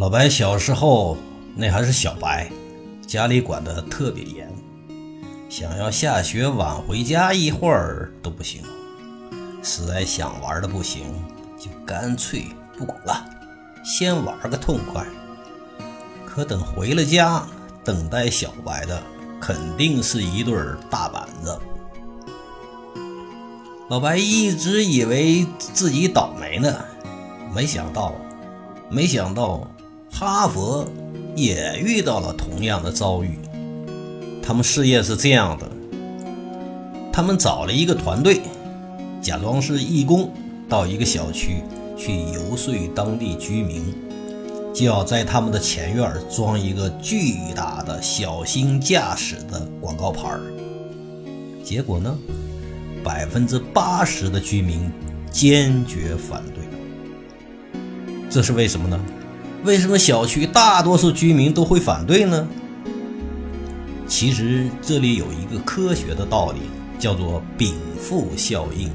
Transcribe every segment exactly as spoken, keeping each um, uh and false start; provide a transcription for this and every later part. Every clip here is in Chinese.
老白小时候那还是小白，家里管得特别严，想要下学晚回家一会儿都不行，实在想玩的不行，就干脆不管了，先玩个痛快。可等回了家，等待小白的肯定是一对大板子。老白一直以为自己倒霉呢，没想到没想到哈佛也遇到了同样的遭遇。他们试验是这样的，他们找了一个团队，假装是义工，到一个小区去游说当地居民，就要在他们的前院装一个巨大的小心驾驶的广告牌。结果呢，百分之八十的居民坚决反对。这是为什么呢？为什么小区大多数居民都会反对呢？其实这里有一个科学的道理，叫做禀赋效应。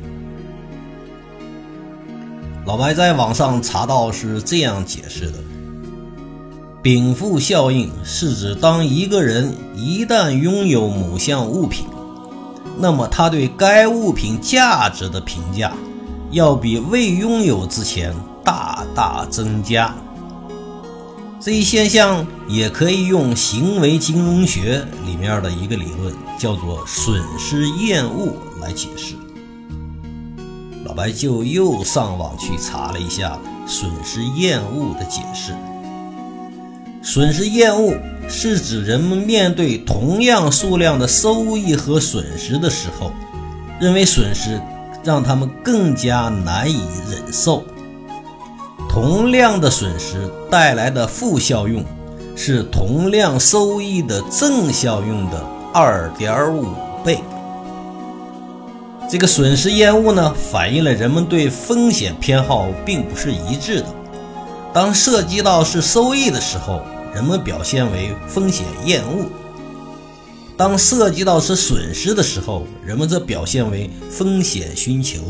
老白在网上查到是这样解释的：禀赋效应是指当一个人一旦拥有某项物品，那么他对该物品价值的评价要比未拥有之前大大增加。这一现象也可以用行为金融学里面的一个理论，叫做损失厌恶来解释。老白就又上网去查了一下损失厌恶的解释。损失厌恶是指人们面对同样数量的收益和损失的时候，认为损失让他们更加难以忍受。同量的损失带来的负效用是同量收益的正效用的 二点五 倍。这个损失厌恶呢，反映了人们对风险偏好并不是一致的。当涉及到是收益的时候，人们表现为风险厌恶；当涉及到是损失的时候，人们则表现为风险寻求。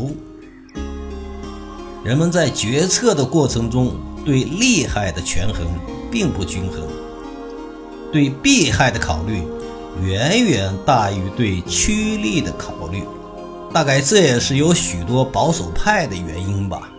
人们在决策的过程中对利害的权衡并不均衡，对弊害的考虑远远大于对趋利的考虑，大概这也是有许多保守派的原因吧。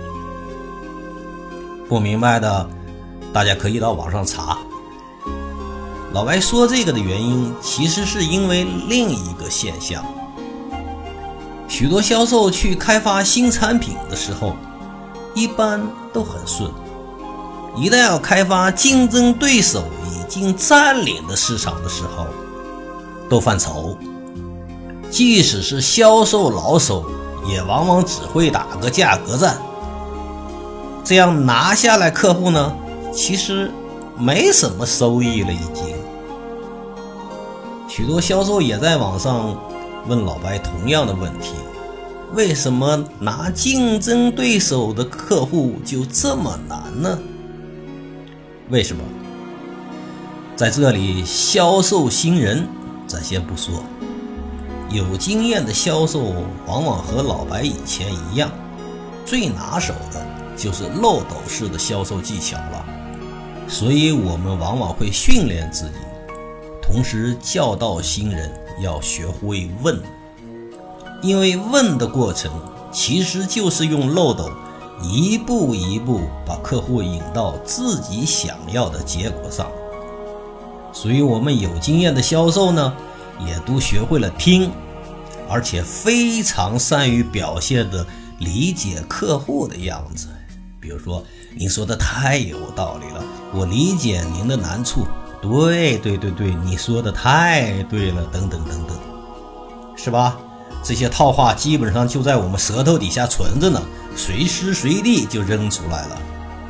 不明白的大家可以到网上查。老白说这个的原因其实是因为另一个现象。许多销售去开发新产品的时候一般都很顺，一旦要开发竞争对手已经占领的市场的时候都犯愁。即使是销售老手也往往只会打个价格战，这样拿下来客户呢，其实没什么收益了已经。许多销售也在网上问老白同样的问题，为什么拿竞争对手的客户就这么难呢？为什么？在这里销售新人咱先不说，有经验的销售往往和老白以前一样，最拿手的就是漏斗式的销售技巧了。所以我们往往会训练自己，同时教导新人要学会问。因为问的过程其实就是用漏斗一步一步把客户引到自己想要的结果上。所以我们有经验的销售呢，也都学会了听，而且非常善于表现的理解客户的样子。比如说，您说的太有道理了，我理解您的难处，对对对对，你说的太对了，等等等等，是吧？这些套话基本上就在我们舌头底下存着呢，随时随地就扔出来了。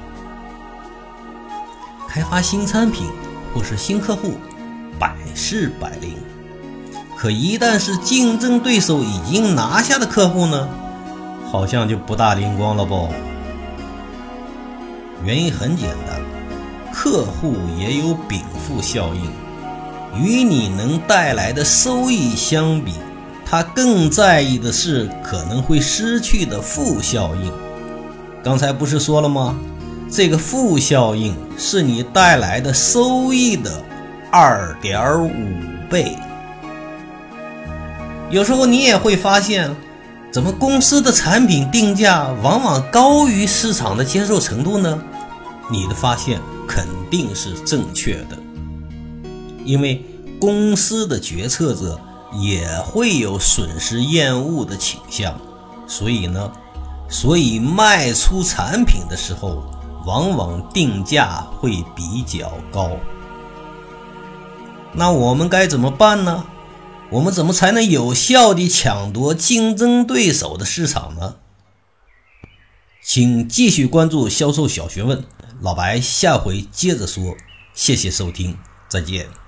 开发新产品或是新客户百试百灵，可一旦是竞争对手已经拿下的客户呢，好像就不大灵光了不？原因很简单，客户也有禀赋效应，与你能带来的收益相比，他更在意的是可能会失去的负效应。刚才不是说了吗？ 这个负效应是你带来的收益的 二点五 倍。有时候你也会发现，怎么公司的产品定价往往高于市场的接受程度呢？你的发现肯定是正确的，因为公司的决策者也会有损失厌恶的倾向，所以呢，所以卖出产品的时候，往往定价会比较高。那我们该怎么办呢？我们怎么才能有效地抢夺竞争对手的市场呢？请继续关注销售小学问，老白下回接着说。谢谢收听，再见。